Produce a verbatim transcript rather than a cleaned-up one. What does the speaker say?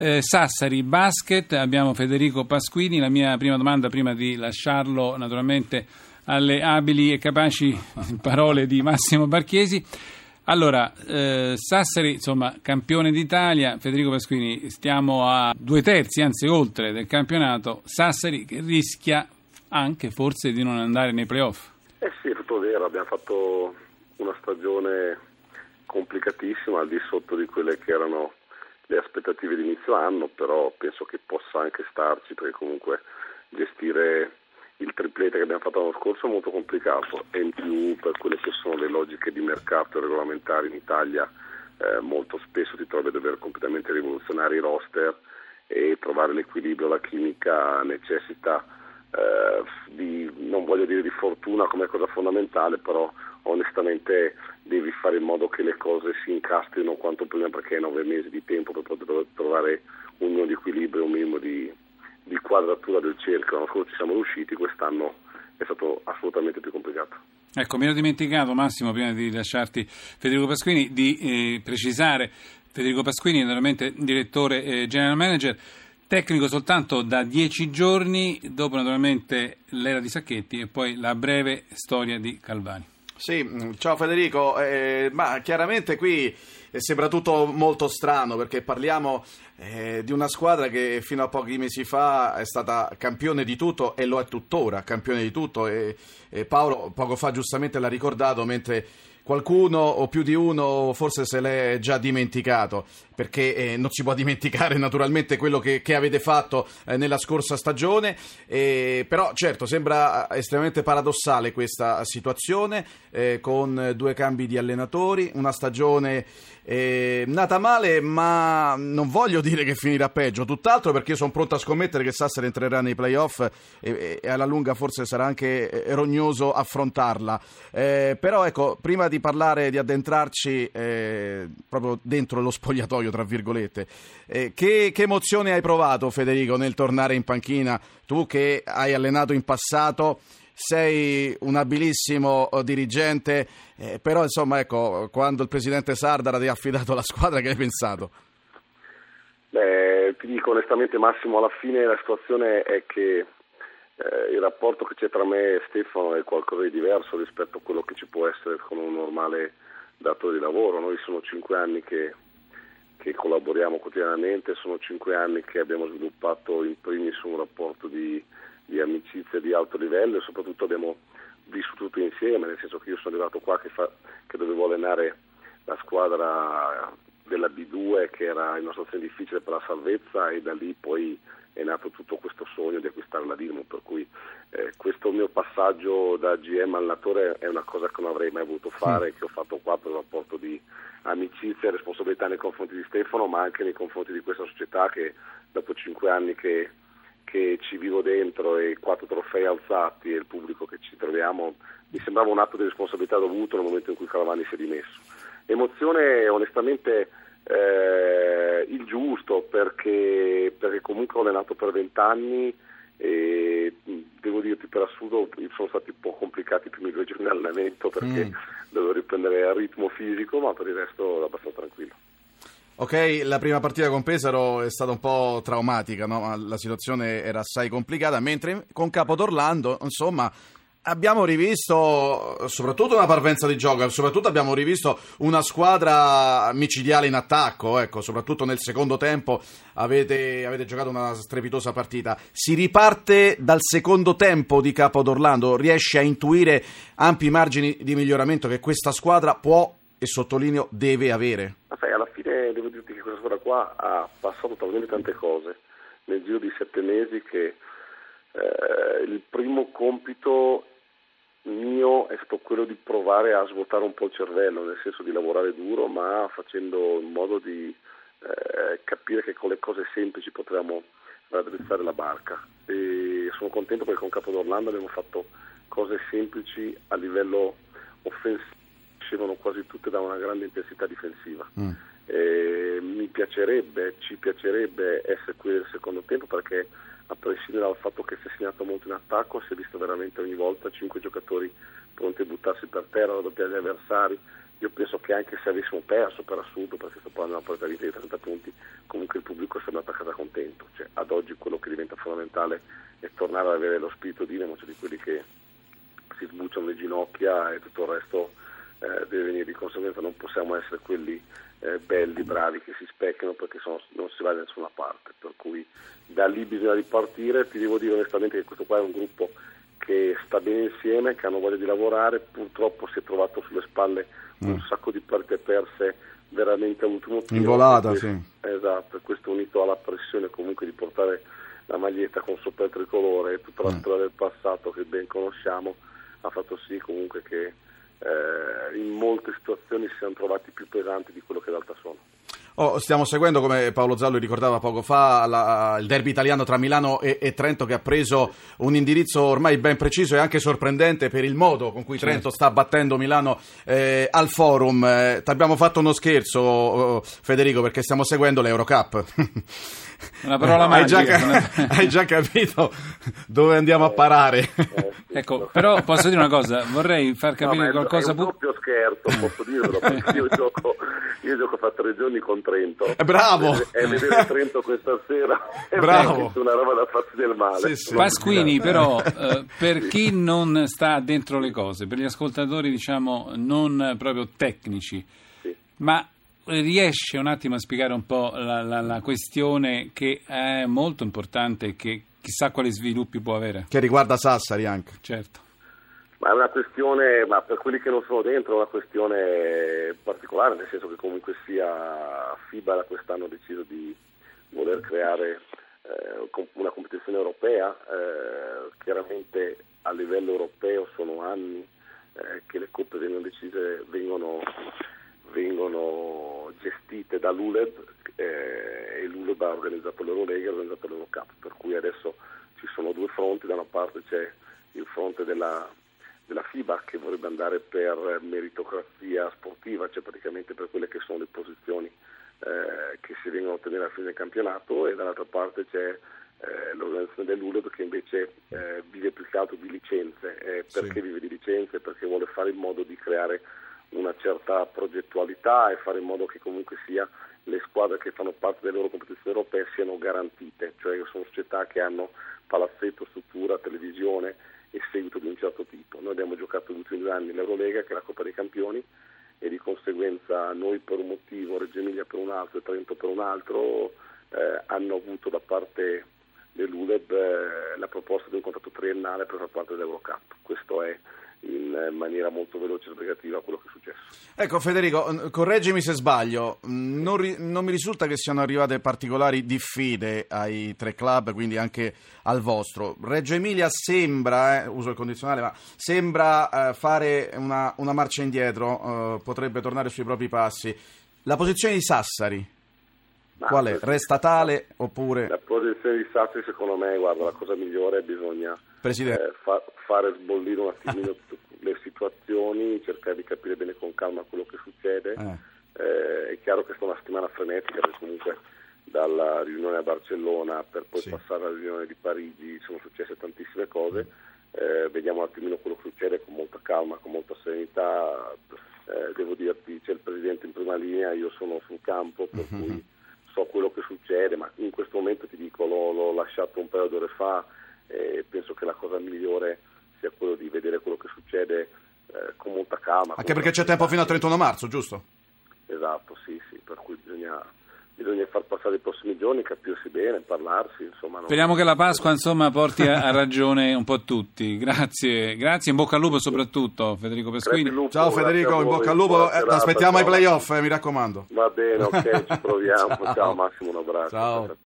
Eh, Sassari Basket, abbiamo Federico Pasquini. La mia prima domanda, prima di lasciarlo naturalmente alle abili e capaci parole di Massimo Barchiesi. Allora, eh, Sassari, insomma, campione d'Italia. Federico Pasquini, stiamo a due terzi, anzi oltre, del campionato. Sassari che rischia anche forse di non andare nei playoff. Eh sì, è tutto vero, abbiamo fatto una stagione complicatissima, al di sotto di quelle che erano le aspettative di inizio anno, però penso che possa anche starci, perché comunque gestire il triplete che abbiamo fatto l'anno scorso è molto complicato, e in più per quelle che sono le logiche di mercato e regolamentari in Italia eh, molto spesso ti trovi a dover completamente rivoluzionare i roster, e trovare l'equilibrio, la chimica necessita eh, di, non voglio dire di fortuna come cosa fondamentale, però onestamente devi fare in modo che le cose si incastrino quanto prima, perché hai nove mesi di tempo per poter trovare un minimo di equilibrio, un minimo di, di quadratura del cerchio. L'anno scorso ci siamo riusciti, quest'anno è stato assolutamente più complicato. Ecco, mi ero dimenticato, Massimo, prima di lasciarti Federico Pasquini, di eh, precisare: Federico Pasquini, naturalmente direttore eh, general manager, tecnico soltanto da dieci giorni, dopo naturalmente l'era di Sacchetti e poi la breve storia di Calvani. Sì, ciao Federico, eh, ma chiaramente qui sembra tutto molto strano, perché parliamo eh, di una squadra che fino a pochi mesi fa è stata campione di tutto e lo è tuttora, campione di tutto, e, e Paolo poco fa giustamente l'ha ricordato, mentre qualcuno o più di uno forse se l'è già dimenticato, perché eh, non si può dimenticare naturalmente quello che, che avete fatto eh, nella scorsa stagione, eh, però certo sembra estremamente paradossale questa situazione, eh, con due cambi di allenatori, una stagione eh, nata male, ma non voglio dire che finirà peggio, tutt'altro, perché io sono pronto a scommettere che Sassari entrerà nei playoff e, e alla lunga forse sarà anche rognoso affrontarla, eh, però ecco, prima di parlare, di addentrarci eh, proprio dentro lo spogliatoio tra virgolette, eh, che, che emozione hai provato, Federico, nel tornare in panchina, tu che hai allenato in passato, sei un abilissimo dirigente, eh, però insomma ecco, quando il presidente Sardara ti ha affidato la squadra, che hai pensato? Beh, ti dico onestamente, Massimo, alla fine la situazione è che Eh, il rapporto che c'è tra me e Stefano è qualcosa di diverso rispetto a quello che ci può essere con un normale datore di lavoro. Noi sono cinque anni che, che collaboriamo quotidianamente, sono cinque anni che abbiamo sviluppato in primis un rapporto di, di amicizia di alto livello, e soprattutto abbiamo vissuto tutto insieme, nel senso che io sono arrivato qua che, fa, che dovevo allenare la squadra della B due, che era in una situazione difficile per la salvezza, e da lì poi è nato tutto questo sogno di acquistare la Dinamo, per cui eh, questo mio passaggio da G M allenatore è una cosa che non avrei mai voluto fare, mm. che ho fatto qua per un rapporto di amicizia e responsabilità nei confronti di Stefano, ma anche nei confronti di questa società che dopo cinque anni che, che ci vivo dentro, e quattro trofei alzati, e il pubblico che ci troviamo, mi sembrava un atto di responsabilità dovuto nel momento in cui Calvani si è dimesso. Emozione onestamente Eh, il giusto, perché, perché comunque ho allenato per vent'anni, e devo dirti, per assurdo sono stati un po' complicati i primi due giorni di allenamento, perché mm. dovevo riprendere il ritmo fisico, ma per il resto ero abbastanza tranquillo. Ok, la prima partita con Pesaro è stata un po' traumatica, no? La situazione era assai complicata, mentre con Capodorlando, insomma, abbiamo rivisto soprattutto una parvenza di gioco, soprattutto abbiamo rivisto una squadra micidiale in attacco, ecco, soprattutto nel secondo tempo avete, avete giocato una strepitosa partita. Si riparte dal secondo tempo di Capodorlando, riesce a intuire ampi margini di miglioramento che questa squadra può, e sottolineo deve avere? Ma sai, alla fine devo dirti che questa squadra qua ha passato talmente tante cose nel giro di sette mesi che eh, il primo compito mio è stato quello di provare a svuotare un po' il cervello, nel senso di lavorare duro, ma facendo in modo di eh, capire che con le cose semplici potevamo raddrizzare la barca, e sono contento perché con Capodorlando abbiamo fatto cose semplici a livello offensivo, uscivano quasi tutte da una grande intensità difensiva. Mm. E mi piacerebbe, ci piacerebbe essere qui nel secondo tempo, perché a prescindere dal fatto che si è segnato molto in attacco, si è visto veramente ogni volta cinque giocatori pronti a buttarsi per terra, a doppiare gli avversari, io penso che anche se avessimo perso, per assurdo, perché sto parlando di una partita di trenta punti, comunque il pubblico è andato a casa contento. Cioè, ad oggi quello che diventa fondamentale è tornare ad avere lo spirito dinamo, cioè di quelli che si sbucciano le ginocchia, e tutto il resto eh, deve venire di conseguenza. Non possiamo essere quelli eh, belli, bravi, che si specchiano, perché sono, non si va da nessuna parte. Per cui da lì bisogna ripartire. Ti devo dire onestamente che questo qua è un gruppo che sta bene insieme, che hanno voglia di lavorare. Purtroppo si è trovato sulle spalle mm. un sacco di partite perse veramente all'ultimo tiro. In volata, questo, sì. Esatto, questo unito alla pressione comunque di portare la maglietta con sopra il tricolore e tutta la mm. storia del passato che ben conosciamo ha fatto sì comunque che eh, in molte situazioni si siano trovati più pesanti di quello che in realtà sono. Oh, stiamo seguendo, come Paolo Zallo ricordava poco fa, la, il derby italiano tra Milano e, e Trento, che ha preso un indirizzo ormai ben preciso e anche sorprendente per il modo con cui Trento sta battendo Milano eh, al Forum. Eh, ti abbiamo fatto uno scherzo, oh, Federico, perché stiamo seguendo l'Eurocup. Una parola hai, magica. Già, hai già capito dove andiamo a parare. Ecco, però posso dire una cosa, vorrei far capire no, qualcosa. È un doppio scherzo, posso dirvelo, perché io gioco, io gioco fra tre giorni con Trento. Bravo! E vedere Trento questa sera Bravo. è una roba da farsi del male. Sì, sì. Pasquini, però, eh, per chi non sta dentro le cose, per gli ascoltatori, diciamo, non proprio tecnici, sì. ma riesce un attimo a spiegare un po' la, la, la questione che è molto importante e che chissà quali sviluppi può avere? Che riguarda Sassari anche. Certo. Ma è una questione, ma per quelli che non sono dentro, è una questione particolare, nel senso che comunque sia FIBA da quest'anno ha deciso di voler creare eh, una competizione europea. Eh, chiaramente a livello europeo sono anni eh, che le coppe vengono decise, vengono, vengono gestite dall'U L E B eh, e l'U L E B ha organizzato l'Eurolega e ha organizzato l'Eurocup, per cui adesso ci sono due fronti. Da una parte c'è il fronte della della FIBA che vorrebbe andare per meritocrazia sportiva, cioè praticamente per quelle che sono le posizioni eh, che si vengono a ottenere alla fine del campionato, e dall'altra parte c'è eh, l'organizzazione dell'U L E B che invece eh, vive più che altro di licenze. Eh, perché sì. vive di licenze? Perché vuole fare in modo di creare una certa progettualità e fare in modo che comunque sia le squadre che fanno parte delle loro competizioni europee siano garantite, cioè sono società che hanno palazzetto, struttura, televisione e seguito di un certo tipo. Noi abbiamo giocato gli ultimi due anni l'Eurolega, che è la Coppa dei Campioni, e di conseguenza noi per un motivo, Reggio Emilia per un altro e Trento per un altro eh, hanno avuto da parte dell'U L E B eh, la proposta di un contratto triennale per far parte dell'Eurocup. Questo è in maniera molto veloce e sbrigativa quello che è successo. Ecco Federico, correggimi se sbaglio, non, ri, non mi risulta che siano arrivate particolari diffide ai tre club, quindi anche al vostro. Reggio Emilia sembra, eh, uso il condizionale, ma sembra eh, fare una, una marcia indietro, eh, potrebbe tornare sui propri passi. La posizione di Sassari, ma qual è? Resta tale oppure? La posizione di Sassari secondo me, guarda, la cosa migliore è bisogna eh, fa, fare sbollire un attimino le situazioni, cercare di capire bene con calma quello che succede. Eh. Eh, è chiaro che è stata una settimana frenetica, perché comunque dalla riunione a Barcellona per poi sì. passare alla riunione di Parigi sono successe tantissime cose. Eh, vediamo un attimino quello che succede con molta calma, con molta serenità. Eh, devo dirti, c'è il presidente in prima linea, io sono sul campo, per mm-hmm. cui so quello che succede, ma in questo momento ti dico, l'ho, l'ho lasciato un paio d'ore fa e penso che la cosa migliore sia quello di vedere quello che succede eh, con molta calma. Anche perché c'è tempo fino al trentuno marzo, giusto? Esatto, sì, sì, per cui bisogna, bisogna far passare i prossimi giorni, capirsi bene, parlarsi, insomma. Non... Speriamo che la Pasqua, insomma, porti a, a ragione un po' tutti. Grazie, grazie, in bocca al lupo soprattutto, Federico Pasquini. Lupo, ciao Federico, in bocca al lupo, eh, aspettiamo ai playoff, eh, mi raccomando. Va bene, ok, ci proviamo. Ciao Massimo, un abbraccio. Ciao.